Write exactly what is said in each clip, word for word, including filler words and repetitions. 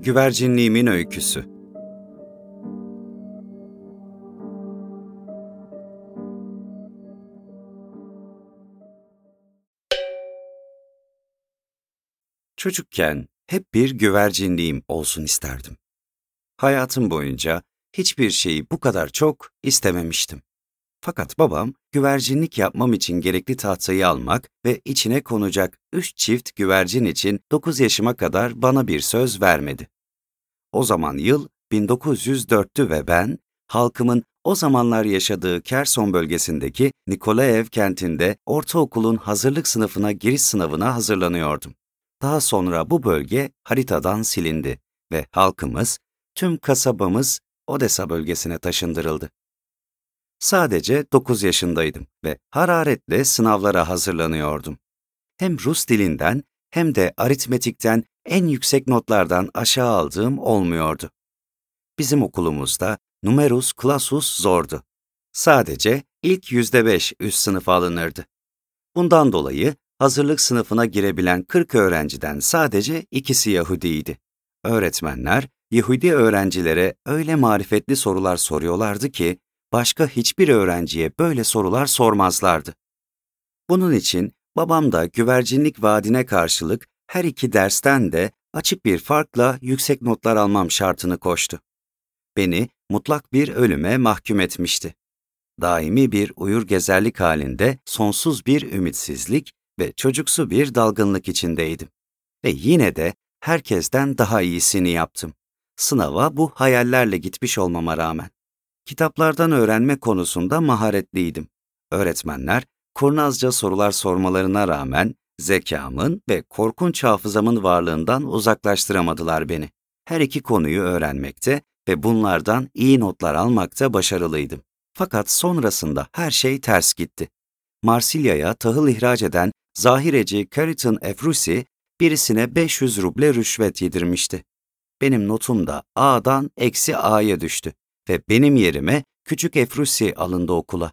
Güvercinliğimin öyküsü. Çocukken hep bir güvercinliğim olsun isterdim. Hayatım boyunca hiçbir şeyi bu kadar çok istememiştim. Fakat babam güvercinlik yapmam için gerekli tahtayı almak ve içine konacak üç çift güvercin için dokuz yaşıma kadar bana bir söz vermedi. O zaman yıl bin dokuz yüz dörttü ve ben, halkımın o zamanlar yaşadığı Kerson bölgesindeki Nikolaev kentinde ortaokulun hazırlık sınıfına giriş sınavına hazırlanıyordum. Daha sonra bu bölge haritadan silindi ve halkımız, tüm kasabamız Odessa bölgesine taşındırıldı. Sadece dokuz yaşındaydım ve hararetle sınavlara hazırlanıyordum. Hem Rus dilinden hem de aritmetikten en yüksek notlardan aşağı aldığım olmuyordu. Bizim okulumuzda numerus clausus zordu. Sadece ilk yüzde beş üst sınıfa alınırdı. Bundan dolayı hazırlık sınıfına girebilen kırk öğrenciden sadece ikisi Yahudiydi. Öğretmenler, Yahudi öğrencilere öyle marifetli sorular soruyorlardı ki, başka hiçbir öğrenciye böyle sorular sormazlardı. Bunun için babam da güvercinlik vaadine karşılık her iki dersten de açık bir farkla yüksek notlar almam şartını koştu. Beni mutlak bir ölüme mahkum etmişti. Daimi bir uyur gezerlik halinde sonsuz bir ümitsizlik ve çocuksu bir dalgınlık içindeydim. Ve yine de herkesten daha iyisini yaptım. Sınava bu hayallerle gitmiş olmama rağmen. Kitaplardan öğrenme konusunda maharetliydim. Öğretmenler, kurnazca sorular sormalarına rağmen zekamın ve korkunç hafızamın varlığından uzaklaştıramadılar beni. Her iki konuyu öğrenmekte ve bunlardan iyi notlar almakta başarılıydım. Fakat sonrasında her şey ters gitti. Marsilya'ya tahıl ihraç eden zahireci Kariton Efrusi birisine beş yüz ruble rüşvet yedirmişti. Benim notum da A'dan eksi A'ya düştü ve benim yerime küçük Efrusi alındı okula.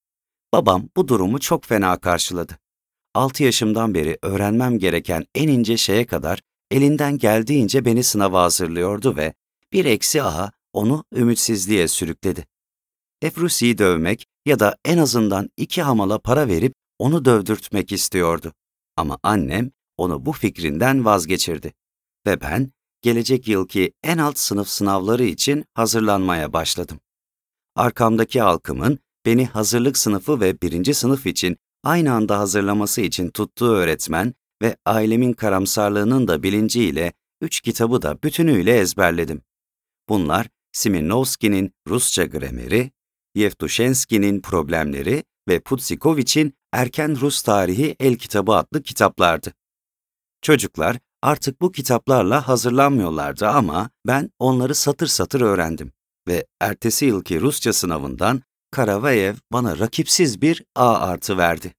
Babam bu durumu çok fena karşıladı. Altı yaşımdan beri öğrenmem gereken en ince şeye kadar elinden geldiğince beni sınava hazırlıyordu ve bir eksi A onu ümitsizliğe sürükledi. Efrusi'yi dövmek ya da en azından iki hamala para verip onu dövdürtmek istiyordu. Ama annem onu bu fikrinden vazgeçirdi. Ve ben gelecek yılki en alt sınıf sınavları için hazırlanmaya başladım. Arkamdaki halkımın beni hazırlık sınıfı ve birinci sınıf için aynı anda hazırlaması için tuttuğu öğretmen ve ailemin karamsarlığının da bilinciyle üç kitabı da bütünüyle ezberledim. Bunlar Smirnovski'nin Rusça grameri, Yevtushenski'nin Problemleri ve Putsikovich'in Erken Rus Tarihi El Kitabı adlı kitaplardı. Çocuklar artık bu kitaplarla hazırlanmıyorlardı ama ben onları satır satır öğrendim ve ertesi yılki Rusça sınavından Karavayev bana rakipsiz bir A artı verdi.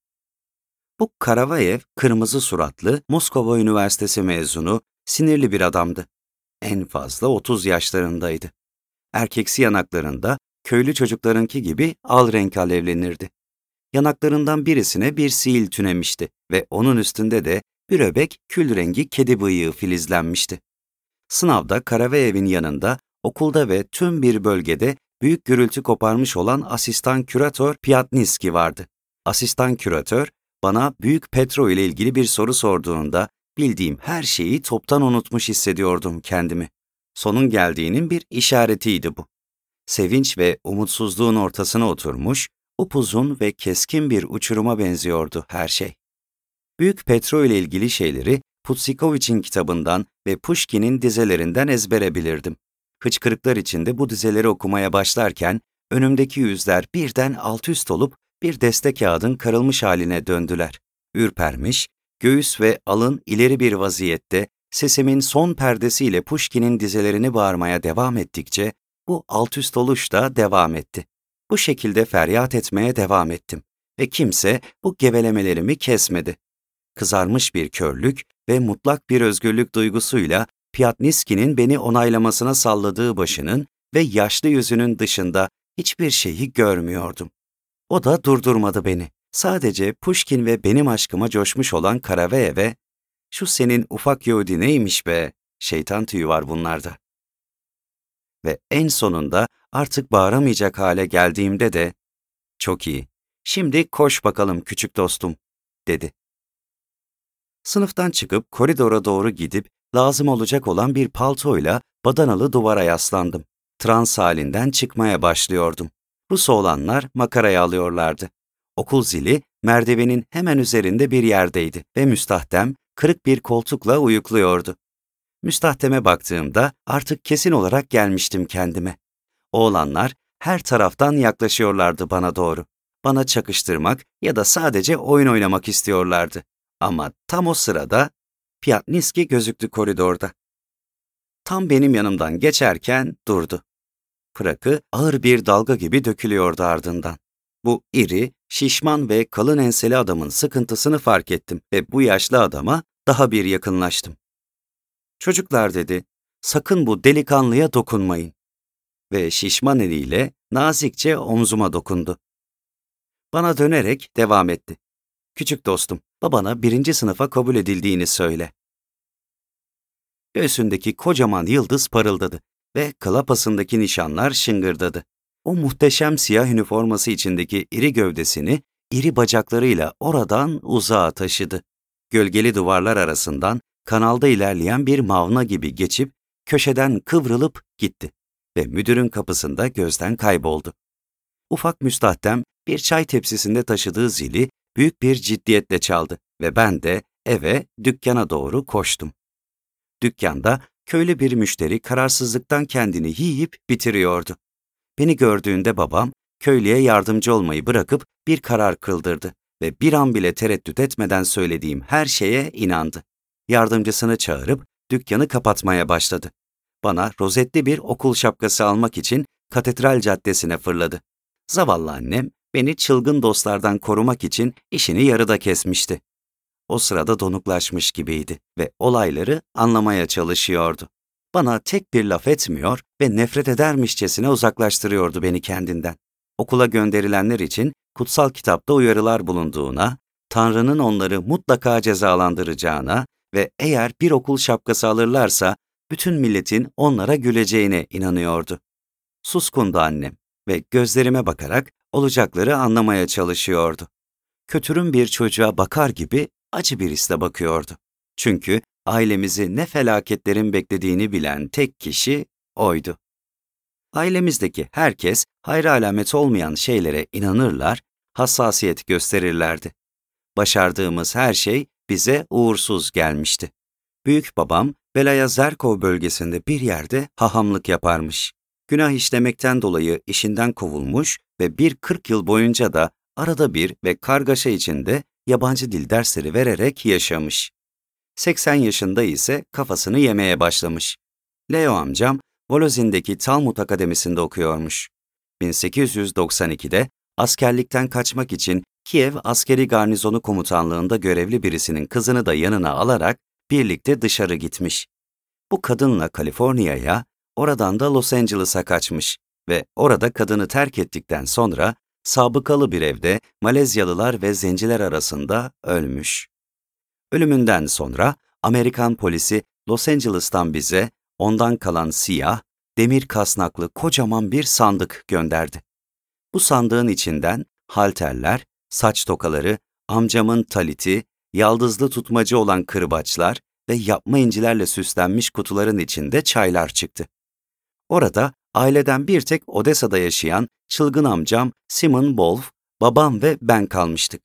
Bu Karavayev kırmızı suratlı Moskova Üniversitesi mezunu sinirli bir adamdı. En fazla otuz yaşlarındaydı. Erkeksi yanaklarında köylü çocuklarınki gibi al renk alevlenirdi. Yanaklarından birisine bir siil tünemişti ve onun üstünde de bir öbek kül rengi kedi bıyığı filizlenmişti. Sınavda Karavayev'in yanında okulda ve tüm bir bölgede büyük gürültü koparmış olan asistan küratör Pyatniski vardı. Asistan küratör bana Büyük Petro ile ilgili bir soru sorduğunda bildiğim her şeyi toptan unutmuş hissediyordum kendimi. Sonun geldiğinin bir işaretiydi bu. Sevinç ve umutsuzluğun ortasına oturmuş, upuzun ve keskin bir uçuruma benziyordu her şey. Büyük Petro ile ilgili şeyleri Putsikovich'in kitabından ve Pushkin'in dizelerinden ezbere bilirdim. Hıçkırıklar içinde bu dizeleri okumaya başlarken önümdeki yüzler birden alt üst olup bir deste kağıdın karılmış haline döndüler. Ürpermiş, göğüs ve alın ileri bir vaziyette sesimin son perdesiyle Pushkin'in dizelerini bağırmaya devam ettikçe bu alt üst oluş da devam etti. Bu şekilde feryat etmeye devam ettim ve kimse bu gevelemelerimi kesmedi. Kızarmış bir körlük ve mutlak bir özgürlük duygusuyla Pyatniski'nin beni onaylamasına salladığı başının ve yaşlı yüzünün dışında hiçbir şeyi görmüyordum. O da durdurmadı beni. Sadece Pushkin ve benim aşkıma coşmuş olan Karavayev'e "Şu senin ufak Yahudi neymiş be? şeytan tüyü var bunlarda. Ve en sonunda artık bağıramayacak hale geldiğimde de, "Çok iyi, şimdi koş bakalım küçük dostum," dedi. Sınıftan çıkıp koridora doğru gidip lazım olacak olan bir paltoyla badanalı duvara yaslandım. Trans halinden çıkmaya başlıyordum. Rus oğlanlar makaraya alıyorlardı. Okul zili merdivenin hemen üzerinde bir yerdeydi ve müstahdem kırık bir koltukla uyukluyordu. Müstahdeme baktığımda artık kesin olarak gelmiştim kendime. Oğlanlar her taraftan yaklaşıyorlardı bana doğru. Bana çakıştırmak ya da sadece oyun oynamak istiyorlardı. Ama tam o sırada Pyatniski gözüktü koridorda. Tam benim yanımdan geçerken durdu. Frakı ağır bir dalga gibi dökülüyordu ardından. Bu iri, şişman ve kalın enseli adamın sıkıntısını fark ettim ve bu yaşlı adama daha bir yakınlaştım. "Çocuklar," dedi, "sakın bu delikanlıya dokunmayın." Ve şişman eliyle nazikçe omzuma dokundu. Bana dönerek devam etti. "Küçük dostum, babana birinci sınıfa kabul edildiğini söyle." Göğsündeki kocaman yıldız parıldadı ve kılapasındaki nişanlar şıngırdadı. O muhteşem siyah üniforması içindeki iri gövdesini iri bacaklarıyla oradan uzağa taşıdı. Gölgeli duvarlar arasından kanalda ilerleyen bir mavna gibi geçip köşeden kıvrılıp gitti ve müdürün kapısında gözden kayboldu. Ufak müstahdem bir çay tepsisinde taşıdığı zili büyük bir ciddiyetle çaldı ve ben de eve, dükkana doğru koştum. Dükkanda köylü bir müşteri kararsızlıktan kendini yiyip bitiriyordu. Beni gördüğünde babam köylüye yardımcı olmayı bırakıp bir karar kıldırdı ve bir an bile tereddüt etmeden söylediğim her şeye inandı. Yardımcısını çağırıp dükkanı kapatmaya başladı. Bana rozetli bir okul şapkası almak için Katedral Caddesi'ne fırladı. Zavallı annem beni çılgın dostlardan korumak için işini yarıda kesmişti. O sırada donuklaşmış gibiydi ve olayları anlamaya çalışıyordu. Bana tek bir laf etmiyor ve nefret edermişçesine uzaklaştırıyordu beni kendinden. Okula gönderilenler için kutsal kitapta uyarılar bulunduğuna, Tanrı'nın onları mutlaka cezalandıracağına ve eğer bir okul şapkası alırlarsa bütün milletin onlara güleceğine inanıyordu. Suskundu annem ve gözlerime bakarak olacakları anlamaya çalışıyordu. Kötürüm bir çocuğa bakar gibi acı bir hisle bakıyordu. Çünkü ailemizi ne felaketlerin beklediğini bilen tek kişi oydu. Ailemizdeki herkes hayra alamet olmayan şeylere inanırlar, hassasiyet gösterirlerdi. Başardığımız her şey bize uğursuz gelmişti. Büyük babam Belaya Zerkov bölgesinde bir yerde hahamlık yaparmış. Günah işlemekten dolayı işinden kovulmuş ve bir kırk yıl boyunca da arada bir ve kargaşa içinde yabancı dil dersleri vererek yaşamış. seksen yaşında ise kafasını yemeye başlamış. Leo amcam Volozin'deki Talmud Akademisi'nde okuyormuş. bin sekiz yüz doksan ikide askerlikten kaçmak için Kiev Askeri Garnizonu Komutanlığında görevli birisinin kızını da yanına alarak birlikte dışarı gitmiş. Bu kadınla Kaliforniya'ya, oradan da Los Angeles'a kaçmış ve orada kadını terk ettikten sonra sabıkalı bir evde Malezyalılar ve zenciler arasında ölmüş. Ölümünden sonra Amerikan polisi Los Angeles'tan bize ondan kalan siyah, demir kasnaklı kocaman bir sandık gönderdi. Bu sandığın içinden halterler, saç tokaları, amcamın taliti, yaldızlı tutmacı olan kırbaçlar ve yapma incilerle süslenmiş kutuların içinde çaylar çıktı. Orada aileden bir tek Odessa'da yaşayan çılgın amcam Simon Wolf, babam ve ben kalmıştık.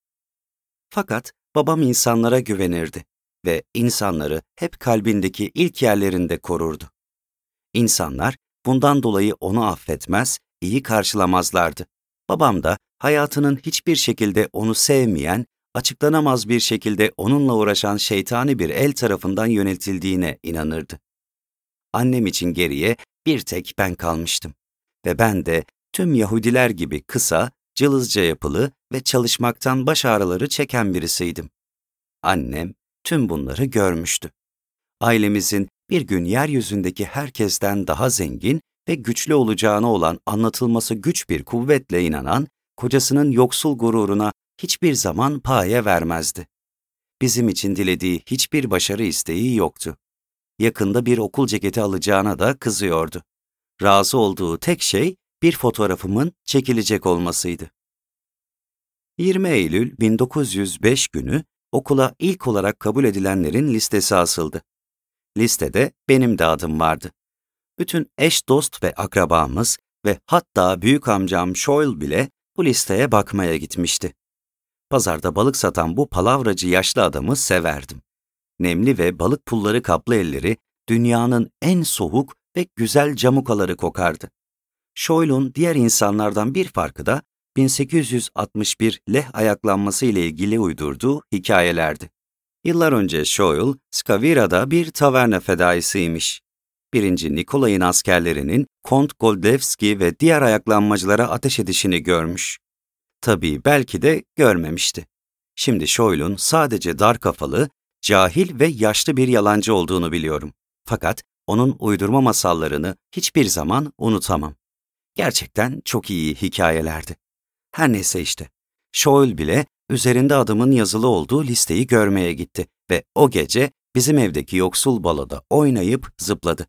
Fakat babam insanlara güvenirdi ve insanları hep kalbindeki ilk yerlerinde korurdu. İnsanlar bundan dolayı onu affetmez, iyi karşılamazlardı. Babam da hayatının hiçbir şekilde onu sevmeyen, açıklanamaz bir şekilde onunla uğraşan şeytani bir el tarafından yönetildiğine inanırdı. Annem için geriye bir tek ben kalmıştım ve ben de tüm Yahudiler gibi kısa, cılızca yapılı ve çalışmaktan baş ağrıları çeken birisiydim. Annem tüm bunları görmüştü. Ailemizin bir gün yeryüzündeki herkesten daha zengin ve güçlü olacağına olan anlatılması güç bir kuvvetle inanan, kocasının yoksul gururuna hiçbir zaman paye vermezdi. Bizim için dilediği hiçbir başarı isteği yoktu. yakında bir okul ceketi alacağına da kızıyordu. Razı olduğu tek şey bir fotoğrafımın çekilecek olmasıydı. yirmi Eylül bin dokuz yüz beş günü okula ilk olarak kabul edilenlerin listesi asıldı. Listede benim de adım vardı. Bütün eş, dost ve akrabamız ve hatta büyük amcam Scholl bile bu listeye bakmaya gitmişti. Pazarda balık satan bu palavracı yaşlı adamı severdim. Nemli ve balık pulları kaplı elleri dünyanın en soğuk ve güzel camukaları kokardı. Scholl'un diğer insanlardan bir farkı da bin sekiz yüz altmış bir leh ayaklanması ile ilgili uydurduğu hikayelerdi. Yıllar önce Scholl, Skavira'da bir taverna fedaisiymiş. Birinci Nikolay'ın askerlerinin Kont Goldevski ve diğer ayaklanmacılara ateş edişini görmüş. Tabii belki de görmemişti. Şimdi Scholl'un sadece dar kafalı, cahil ve yaşlı bir yalancı olduğunu biliyorum. Fakat onun uydurma masallarını hiçbir zaman unutamam. Gerçekten çok iyi hikayelerdi. Her neyse işte, Scholl bile üzerinde adımın yazılı olduğu listeyi görmeye gitti ve o gece bizim evdeki yoksul baloda oynayıp zıpladı.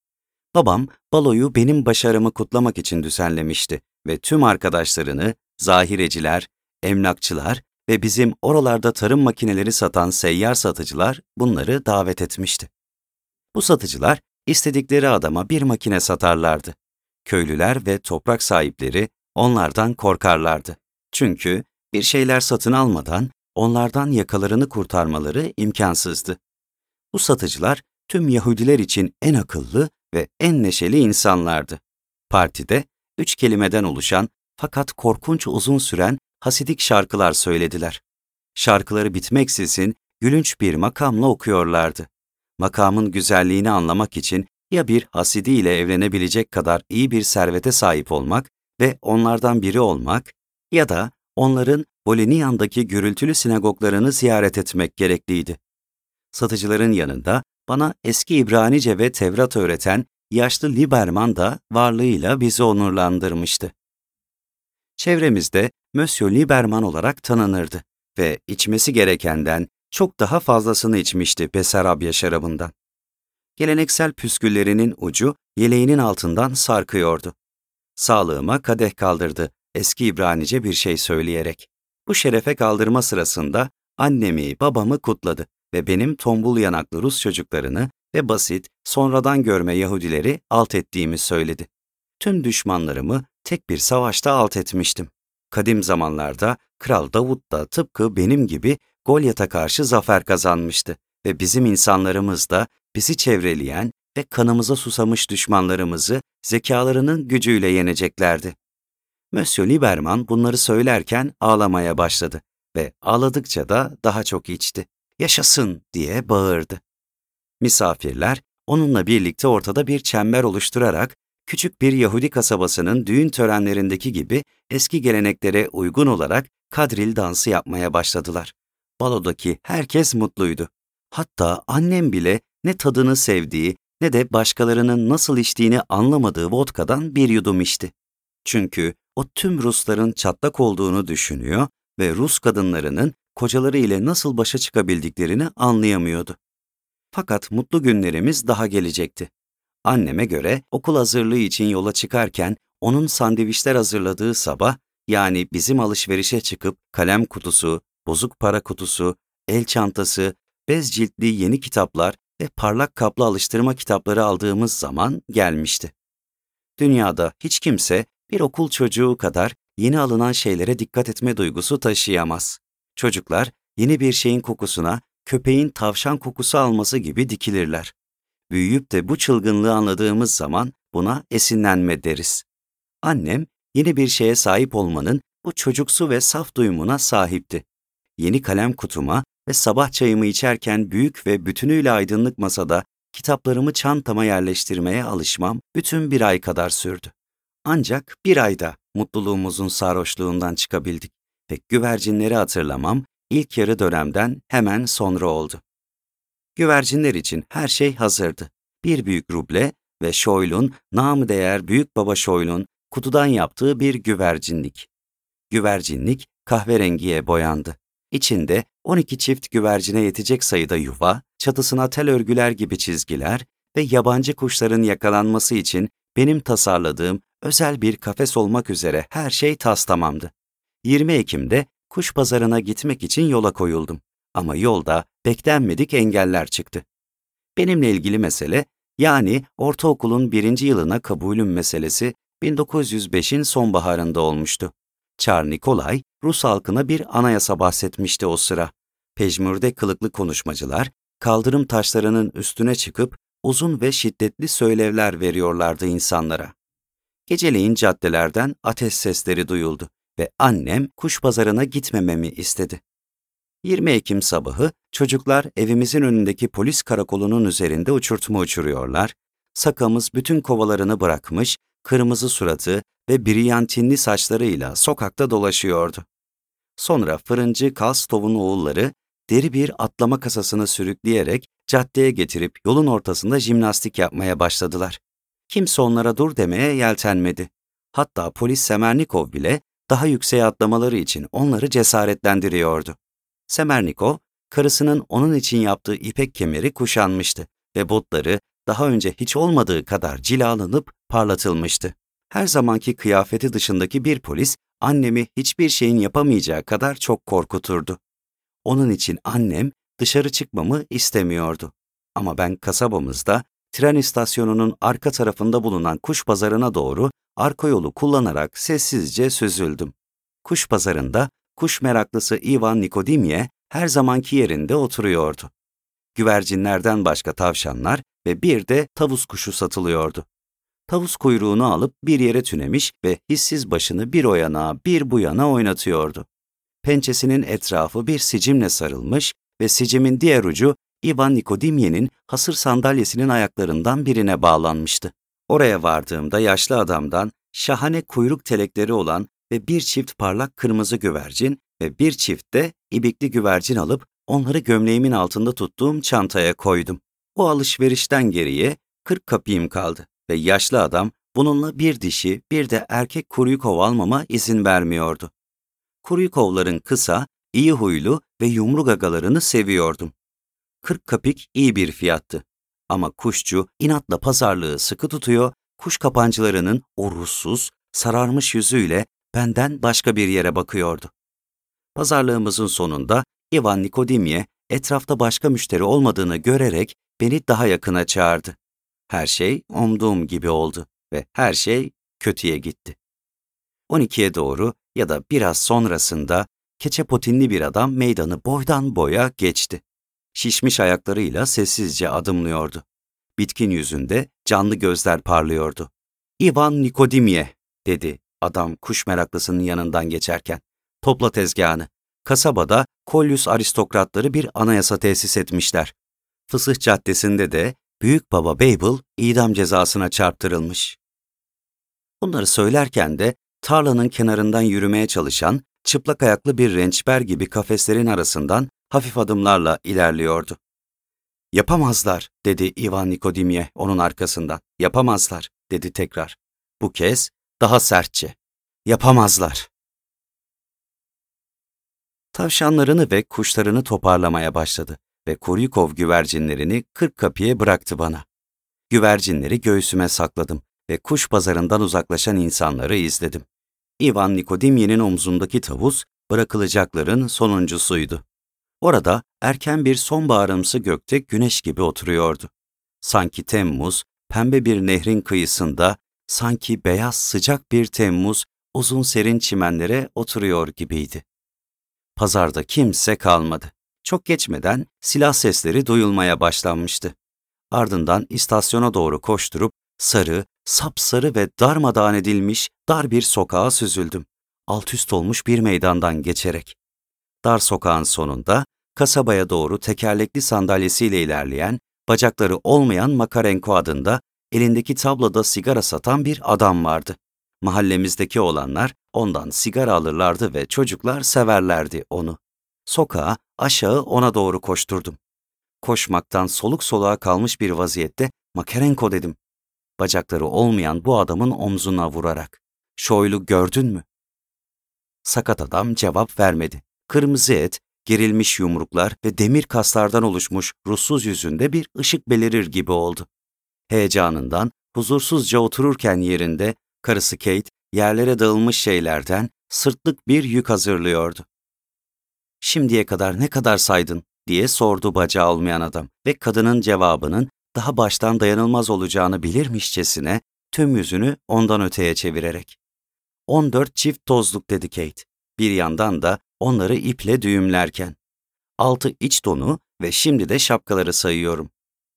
Babam baloyu benim başarımı kutlamak için düzenlemişti ve tüm arkadaşlarını, zahireciler, emlakçılar ve bizim oralarda tarım makineleri satan seyyar satıcılar bunları davet etmişti. Bu satıcılar istedikleri adama bir makine satarlardı. Köylüler ve toprak sahipleri onlardan korkarlardı. Çünkü bir şeyler satın almadan onlardan yakalarını kurtarmaları imkansızdı. Bu satıcılar tüm Yahudiler için en akıllı ve en neşeli insanlardı. Partide üç kelimeden oluşan fakat korkunç uzun süren hasidik şarkılar söylediler. Şarkıları bitmeksizin gülünç bir makamla okuyorlardı. Makamın güzelliğini anlamak için ya bir hasidi ile evlenebilecek kadar iyi bir servete sahip olmak ve onlardan biri olmak ya da onların Voliniyan'daki gürültülü sinagoglarını ziyaret etmek gerekliydi. Satıcıların yanında bana eski İbranice ve Tevrat öğreten yaşlı Liberman da varlığıyla bizi onurlandırmıştı. Çevremizde Monsieur Liberman olarak tanınırdı ve içmesi gerekenden çok daha fazlasını içmişti Besarabya şarabından. Geleneksel püsküllerinin ucu yeleğinin altından sarkıyordu. Sağlığıma kadeh kaldırdı eski İbranice bir şey söyleyerek. Bu şerefe kaldırma sırasında annemi, babamı kutladı ve benim tombul yanaklı Rus çocuklarını ve basit, sonradan görme Yahudileri alt ettiğimi söyledi. Tüm düşmanlarımı tek bir savaşta alt etmiştim. Kadim zamanlarda Kral Davut da tıpkı benim gibi Golyat'a karşı zafer kazanmıştı ve bizim insanlarımız da bizi çevreleyen ve kanımıza susamış düşmanlarımızı zekalarının gücüyle yeneceklerdi. Monsieur Liberman bunları söylerken ağlamaya başladı ve ağladıkça da daha çok içti. Yaşasın diye bağırdı. Misafirler onunla birlikte ortada bir çember oluşturarak küçük bir Yahudi kasabasının düğün törenlerindeki gibi eski geleneklere uygun olarak kadril dansı yapmaya başladılar. Balodaki herkes mutluydu. Hatta annem bile ne tadını sevdiği ne de başkalarının nasıl içtiğini anlamadığı vodkadan bir yudum içti. Çünkü o tüm Rusların çatlak olduğunu düşünüyor ve Rus kadınlarının kocaları ile nasıl başa çıkabildiklerini anlayamıyordu. Fakat mutlu günlerimiz daha gelecekti. Anneme göre okul hazırlığı için yola çıkarken onun sandviçler hazırladığı sabah, yani bizim alışverişe çıkıp kalem kutusu, bozuk para kutusu, el çantası, bez ciltli yeni kitaplar ve parlak kaplı alıştırma kitapları aldığımız zaman gelmişti. Dünyada hiç kimse bir okul çocuğu kadar yeni alınan şeylere dikkat etme duygusu taşıyamaz. Çocuklar yeni bir şeyin kokusuna köpeğin tavşan kokusu alması gibi dikilirler. Büyüyüp de bu çılgınlığı anladığımız zaman buna esinlenme deriz. Annem yeni bir şeye sahip olmanın bu çocuksu ve saf duyumuna sahipti. Yeni kalem kutuma ve sabah çayımı içerken büyük ve bütünüyle aydınlık masada kitaplarımı çantama yerleştirmeye alışmam bütün bir ay kadar sürdü. Ancak bir ayda mutluluğumuzun sarhoşluğundan çıkabildik ve güvercinleri hatırlamam ilk yarı dönemden hemen sonra oldu. Güvercinler için her şey hazırdı. Bir büyük ruble ve Scholl'un, namı değer Büyük Baba Scholl'un kutudan yaptığı bir güvercinlik. Güvercinlik kahverengiye boyandı. İçinde on iki çift güvercine yetecek sayıda yuva, çatısına tel örgüler gibi çizgiler ve yabancı kuşların yakalanması için benim tasarladığım özel bir kafes olmak üzere her şey tastamamdı. yirmi Ekim'de kuş pazarına gitmek için yola koyuldum. Ama yolda beklenmedik engeller çıktı. Benimle ilgili mesele, yani ortaokulun birinci yılına kabulüm meselesi bin dokuz yüz beşin sonbaharında olmuştu. Çar Nikolay, Rus halkına bir anayasa bahsetmişti o sıra. Pejmürde kılıklı konuşmacılar, kaldırım taşlarının üstüne çıkıp uzun ve şiddetli söylevler veriyorlardı insanlara. Geceleyin caddelerden ateş sesleri duyuldu ve annem kuş pazarına gitmememi istedi. yirmi Ekim sabahı çocuklar evimizin önündeki polis karakolunun üzerinde uçurtma uçuruyorlar, sakamız bütün kovalarını bırakmış, kırmızı suratı ve briyantinli saçlarıyla sokakta dolaşıyordu. Sonra fırıncı Kalstov'un oğulları deri bir atlama kasasını sürükleyerek caddeye getirip yolun ortasında jimnastik yapmaya başladılar. Kimse onlara dur demeye yeltenmedi. Hatta polis Semernikov bile daha yükseğe atlamaları için onları cesaretlendiriyordu. Semernikov, karısının onun için yaptığı ipek kemeri kuşanmıştı ve botları daha önce hiç olmadığı kadar cilalanıp parlatılmıştı. Her zamanki kıyafeti dışındaki bir polis, annemi hiçbir şeyin yapamayacağı kadar çok korkuturdu. Onun için annem dışarı çıkmamı istemiyordu. Ama ben kasabamızda, tren istasyonunun arka tarafında bulunan kuş pazarına doğru arka yolu kullanarak sessizce süzüldüm. Kuş pazarında, kuş meraklısı Ivan Nikodimye her zamanki yerinde oturuyordu. Güvercinlerden başka tavşanlar ve bir de tavus kuşu satılıyordu. Tavus kuyruğunu alıp bir yere tünemiş ve hissiz başını bir o yana bir bu yana oynatıyordu. Pençesinin etrafı bir sicimle sarılmış ve sicimin diğer ucu Ivan Nikodimye'nin hasır sandalyesinin ayaklarından birine bağlanmıştı. Oraya vardığımda yaşlı adamdan şahane kuyruk telekleri olan ve bir çift parlak kırmızı güvercin ve bir çift de ibikli güvercin alıp onları gömleğimin altında tuttuğum çantaya koydum. O alışverişten geriye kırk kapim kaldı ve yaşlı adam bununla bir dişi bir de erkek Kuryukov almama izin vermiyordu. Kuryukovların kısa, iyi huylu ve yumru gagalarını seviyordum. kırk kapik iyi bir fiyattı. Ama kuşçu inatla pazarlığı sıkı tutuyor, kuş kapancılarının o ruhsuz, sararmış yüzüyle benden başka bir yere bakıyordu. Pazarlığımızın sonunda Ivan Nikodimye etrafta başka müşteri olmadığını görerek beni daha yakına çağırdı. Her şey umduğum gibi oldu ve her şey kötüye gitti. on ikiye doğru ya da biraz sonrasında keçepotinli bir adam meydanı boydan boya geçti. Şişmiş ayaklarıyla sessizce adımlıyordu. Bitkin yüzünde canlı gözler parlıyordu. "Ivan Nikodimye," dedi adam kuş meraklısının yanından geçerken. "Topla tezgahını. Kasabada Kolyus aristokratları bir anayasa tesis etmişler. Fısıh Caddesi'nde de Büyük Baba Babel idam cezasına çarptırılmış." Bunları söylerken de tarlanın kenarından yürümeye çalışan, çıplak ayaklı bir rençber gibi kafeslerin arasından hafif adımlarla ilerliyordu. "Yapamazlar," dedi Ivan Nikodimye onun arkasından. "Yapamazlar," dedi tekrar. Bu kez daha sertçe. "Yapamazlar." Tavşanlarını ve kuşlarını toparlamaya başladı ve Kuryukov güvercinlerini kırk kapıya bıraktı bana. Güvercinleri göğsüme sakladım ve kuş pazarından uzaklaşan insanları izledim. Ivan Nikodimye'nin omzundaki tavus bırakılacakların sonuncusuydu. Orada erken bir sonbaharımsı gökte güneş gibi oturuyordu. Sanki Temmuz, pembe bir nehrin kıyısında, sanki beyaz sıcak bir Temmuz uzun serin çimenlere oturuyor gibiydi. Pazarda kimse kalmadı. Çok geçmeden silah sesleri duyulmaya başlanmıştı. Ardından istasyona doğru koşturup sarı, sapsarı ve darmadağın edilmiş dar bir sokağa süzüldüm. Altüst olmuş bir meydandan geçerek. Dar sokağın sonunda kasabaya doğru tekerlekli sandalyesiyle ilerleyen, bacakları olmayan Makarenko adında elindeki tabloda sigara satan bir adam vardı. Mahallemizdeki olanlar ondan sigara alırlardı ve çocuklar severlerdi onu. Sokağa aşağı ona doğru koşturdum. Koşmaktan soluk soluğa kalmış bir vaziyette "Makarenko," dedim. Bacakları olmayan bu adamın omzuna vurarak. "Şoylu gördün mü?" Sakat adam cevap vermedi. Kırmızı et, gerilmiş yumruklar ve demir kaslardan oluşmuş ruhsuz yüzünde bir ışık belirir gibi oldu. Heyecanından huzursuzca otururken yerinde karısı Kate yerlere dağılmış şeylerden sırtlık bir yük hazırlıyordu. "Şimdiye kadar ne kadar saydın?" diye sordu bacağı olmayan adam ve kadının cevabının daha baştan dayanılmaz olacağını bilirmişçesine tüm yüzünü ondan öteye çevirerek. "On dört çift tozluk," dedi Kate, bir yandan da onları iple düğümlerken. "Altı iç donu ve şimdi de şapkaları sayıyorum."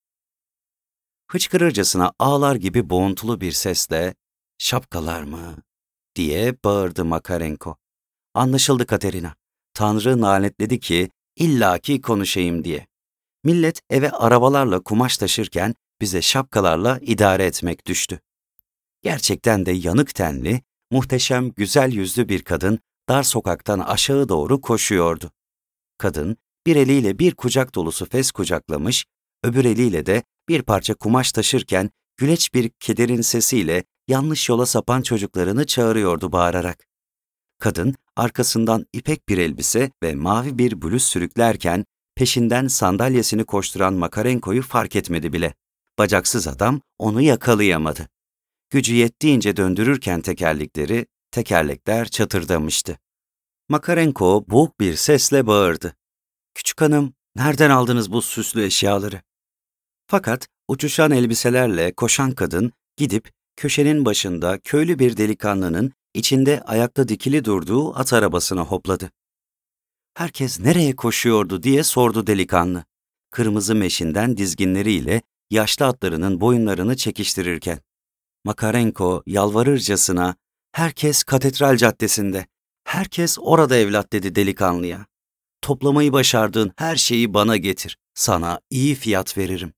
Hıçkırırcasına ağlar gibi boğuntulu bir sesle "Şapkalar mı?" diye bağırdı Makarenko. "Anlaşıldı Katerina. Tanrı lanetledi ki illaki konuşayım diye. Millet eve arabalarla kumaş taşırken bize şapkalarla idare etmek düştü." Gerçekten de yanık tenli, muhteşem güzel yüzlü bir kadın dar sokaktan aşağı doğru koşuyordu. Kadın bir eliyle bir kucak dolusu fes kucaklamış, öbür eliyle de bir parça kumaş taşırken güleç bir kederin sesiyle yanlış yola sapan çocuklarını çağırıyordu bağırarak. Kadın arkasından ipek bir elbise ve mavi bir bluz sürüklerken peşinden sandalyesini koşturan Makarenko'yu fark etmedi bile. Bacaksız adam onu yakalayamadı. Gücü yettiğince döndürürken tekerlekleri, tekerlekler çatırdamıştı. Makarenko boğuk bir sesle bağırdı. "Küçük hanım, nereden aldınız bu süslü eşyaları?" Fakat uçuşan elbiselerle koşan kadın gidip köşenin başında köylü bir delikanlının içinde ayakta dikili durduğu at arabasına hopladı. "Herkes nereye koşuyordu?" diye sordu delikanlı. Kırmızı meşinden dizginleriyle yaşlı atlarının boyunlarını çekiştirirken. Makarenko yalvarırcasına, "Herkes Katedral Caddesi'nde, herkes orada evlat," dedi delikanlıya. "Toplamayı başardığın her şeyi bana getir, sana iyi fiyat veririm."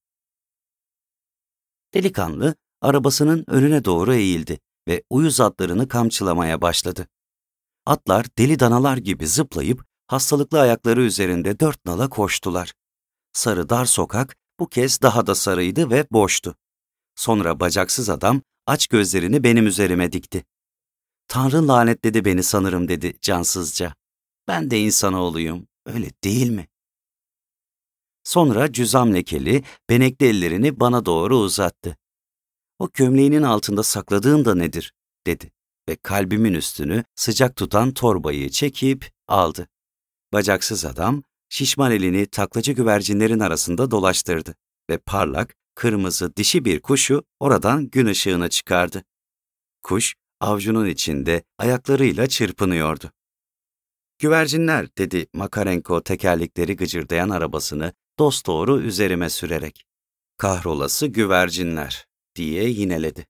Delikanlı arabasının önüne doğru eğildi ve uyuz atlarını kamçılamaya başladı. Atlar deli danalar gibi zıplayıp hastalıklı ayakları üzerinde dört nala koştular. Sarı dar sokak bu kez daha da sarıydı ve boştu. Sonra bacaksız adam aç gözlerini benim üzerime dikti. "Tanrı lanetledi beni sanırım," dedi cansızca. "Ben de insanoğluyum, öyle değil mi?" Sonra cüzam lekeli, benekli ellerini bana doğru uzattı. "O gömleğinin altında sakladığın da nedir?" dedi ve kalbimin üstünü sıcak tutan torbayı çekip aldı. Bacaksız adam şişman elini taklacı güvercinlerin arasında dolaştırdı ve parlak, kırmızı dişi bir kuşu oradan gün ışığına çıkardı. Kuş avcunun içinde ayaklarıyla çırpınıyordu. "Güvercinler," dedi Makarenko tekerlekleri gıcırdayan arabasını dosdoğru üzerime sürerek. "Kahrolası güvercinler," diye yineledi.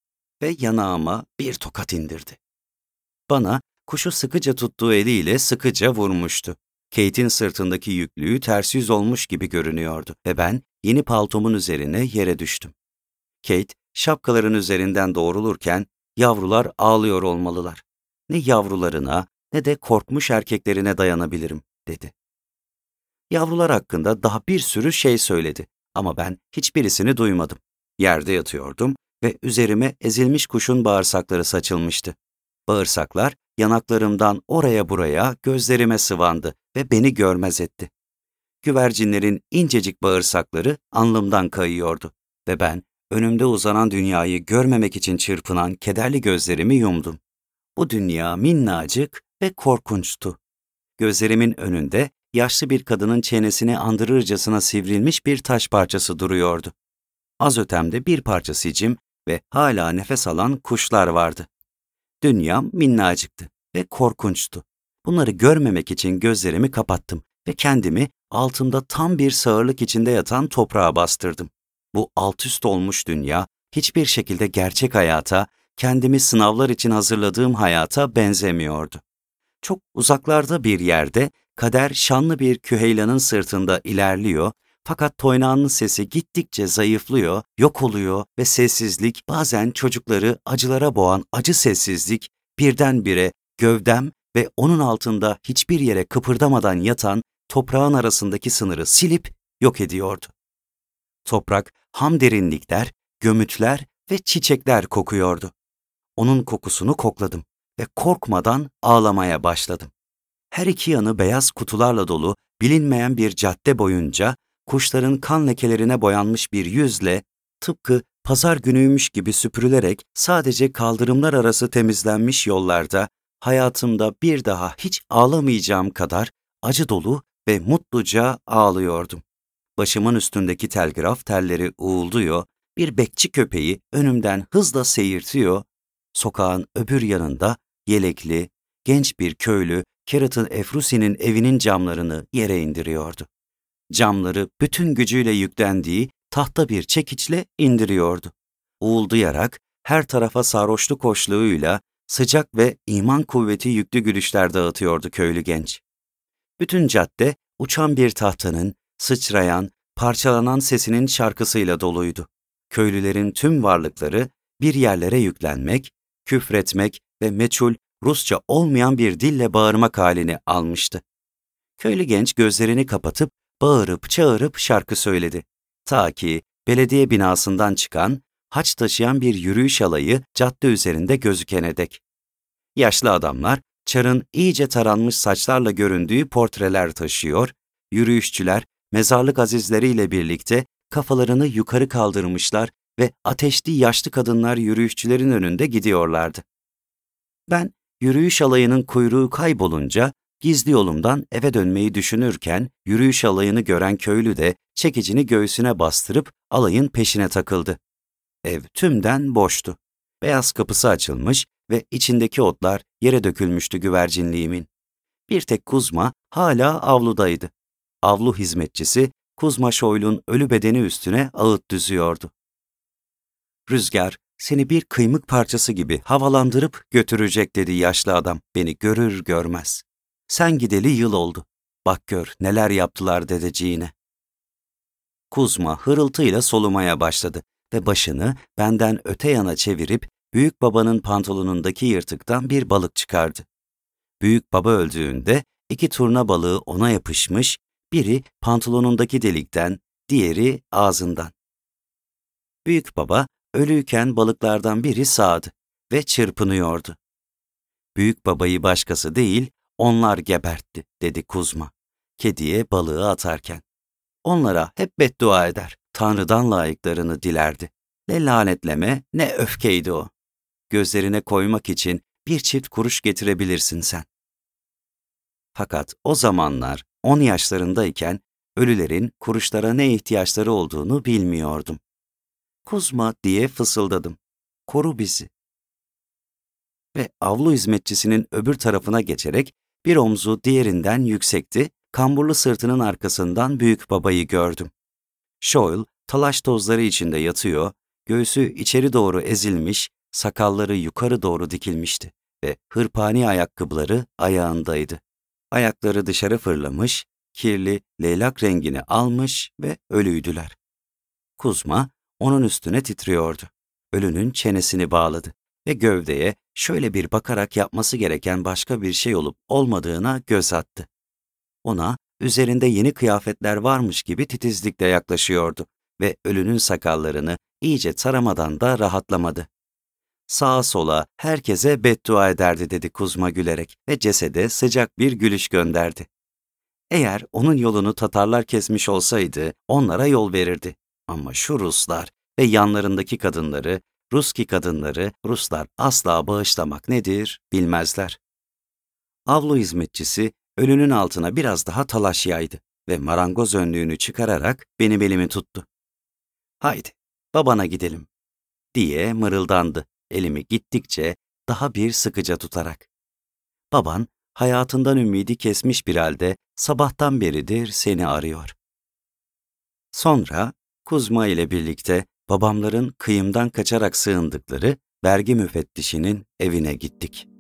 Ve yanağıma bir tokat indirdi. Bana kuşu sıkıca tuttuğu eliyle sıkıca vurmuştu. Kate'in sırtındaki yüklüğü ters yüz olmuş gibi görünüyordu ve ben yeni paltomun üzerine yere düştüm. Kate şapkaların üzerinden doğrulurken "Yavrular ağlıyor olmalılar. Ne yavrularına ne de korkmuş erkeklerine dayanabilirim," dedi. Yavrular hakkında daha bir sürü şey söyledi ama ben hiçbirisini duymadım. Yerde yatıyordum ve üzerime ezilmiş kuşun bağırsakları saçılmıştı. Bağırsaklar yanaklarımdan oraya buraya gözlerime sıvandı ve beni görmez etti. Güvercinlerin incecik bağırsakları alnımdan kayıyordu ve ben önümde uzanan dünyayı görmemek için çırpınan kederli gözlerimi yumdum. Bu dünya minnacık ve korkunçtu. Gözlerimin önünde yaşlı bir kadının çenesini andırırcasına sivrilmiş bir taş parçası duruyordu. Az ötemde bir parça sicim ve hala nefes alan kuşlar vardı. Dünyam minnacıktı ve korkunçtu. Bunları görmemek için gözlerimi kapattım ve kendimi altımda tam bir sağırlık içinde yatan toprağa bastırdım. Bu altüst olmuş dünya hiçbir şekilde gerçek hayata, kendimi sınavlar için hazırladığım hayata benzemiyordu. Çok uzaklarda bir yerde kader şanlı bir küheylanın sırtında ilerliyor, fakat toynağının sesi gittikçe zayıflıyor, yok oluyor ve sessizlik, bazen çocukları acılara boğan acı sessizlik, birdenbire gövdem ve onun altında hiçbir yere kıpırdamadan yatan toprağın arasındaki sınırı silip yok ediyordu. Toprak ham derinlikler, gömütler ve çiçekler kokuyordu. Onun kokusunu kokladım ve korkmadan ağlamaya başladım. Her iki yanı beyaz kutularla dolu bilinmeyen bir cadde boyunca kuşların kan lekelerine boyanmış bir yüzle tıpkı pazar günüymüş gibi süpürülerek sadece kaldırımlar arası temizlenmiş yollarda hayatımda bir daha hiç ağlamayacağım kadar acı dolu ve mutluca ağlıyordum. Başımın üstündeki telgraf telleri uğulduyor, bir bekçi köpeği önümden hızla seyirtiyor, sokağın öbür yanında yelekli, genç bir köylü Keratin Efrusi'nin evinin camlarını yere indiriyordu. Camları bütün gücüyle yüklendiği tahta bir çekiçle indiriyordu. Uğuldayarak her tarafa sarhoşluk hoşluğuyla sıcak ve iman kuvveti yüklü gülüşler dağıtıyordu köylü genç. Bütün cadde uçan bir tahtanın, sıçrayan, parçalanan sesinin şarkısıyla doluydu. Köylülerin tüm varlıkları bir yerlere yüklenmek, küfretmek ve meçhul, Rusça olmayan bir dille bağırmak halini almıştı. Köylü genç gözlerini kapatıp bağırıp çağırıp şarkı söyledi. Ta ki belediye binasından çıkan, haç taşıyan bir yürüyüş alayı cadde üzerinde gözükene dek. Yaşlı adamlar, çarın iyice taranmış saçlarla göründüğü portreler taşıyor, yürüyüşçüler mezarlık azizleriyle birlikte kafalarını yukarı kaldırmışlar ve ateşli yaşlı kadınlar yürüyüşçülerin önünde gidiyorlardı. Ben yürüyüş alayının kuyruğu kaybolunca gizli yolumdan eve dönmeyi düşünürken yürüyüş alayını gören köylü de çekicini göğsüne bastırıp alayın peşine takıldı. Ev tümden boştu. Beyaz kapısı açılmış ve içindeki otlar yere dökülmüştü güvercinliğimin. Bir tek Kuzma hala avludaydı. Avlu hizmetçisi Kuzma Şoyl'un ölü bedeni üstüne ağıt düzüyordu. Rüzgar seni bir kıymık parçası gibi havalandırıp götürecek dedi yaşlı adam beni görür görmez. Sen gideli yıl oldu. Bak gör neler yaptılar dedeciğine. Kuzma hırıltıyla solumaya başladı ve başını benden öte yana çevirip büyük babanın pantolonundaki yırtıktan bir balık çıkardı. Büyük baba öldüğünde iki turna balığı ona yapışmış, biri pantolonundaki delikten, diğeri ağzından. Büyük baba ölüyken balıklardan biri sağdı ve çırpınıyordu. Büyük babayı başkası değil, onlar gebertti dedi Kuzma, kediye balığı atarken. Onlara hep beddua eder, Tanrı'dan layıklarını dilerdi. Ne lanetleme ne öfkeydi o. Gözlerine koymak için bir çift kuruş getirebilirsin sen. Fakat o zamanlar on yaşlarındayken ölülerin kuruşlara ne ihtiyaçları olduğunu bilmiyordum. Kuzma diye fısıldadım. Koru bizi. Ve avlu hizmetçisinin öbür tarafına geçerek bir omzu diğerinden yüksekti, kamburlu sırtının arkasından büyük babayı gördüm. Şoyl, talaş tozları içinde yatıyor, göğsü içeri doğru ezilmiş, sakalları yukarı doğru dikilmişti ve hırpani ayakkabıları ayağındaydı. Ayakları dışarı fırlamış, kirli, leylak rengini almış ve ölüydüler. Kuzma onun üstüne titriyordu. Ölünün çenesini bağladı ve gövdeye şöyle bir bakarak yapması gereken başka bir şey olup olmadığına göz attı. Ona üzerinde yeni kıyafetler varmış gibi titizlikle yaklaşıyordu ve ölünün sakallarını iyice taramadan da rahatlamadı. Sağa sola herkese beddua ederdi dedi Kuzma gülerek ve cesede sıcak bir gülüş gönderdi. Eğer onun yolunu Tatarlar kesmiş olsaydı onlara yol verirdi. Ama şu Ruslar ve yanlarındaki kadınları, Ruski kadınları Ruslar asla bağışlamak nedir bilmezler. Avlu hizmetçisi ölünün altına biraz daha talaş yaydı ve marangoz önlüğünü çıkararak benim elimi tuttu. Haydi babana gidelim diye mırıldandı elimi gittikçe daha bir sıkıca tutarak. Baban hayatından ümidi kesmiş bir halde sabahtan beridir seni arıyor. Sonra Kuzma ile birlikte babamların kıyımdan kaçarak sığındıkları vergi müfettişinin evine gittik.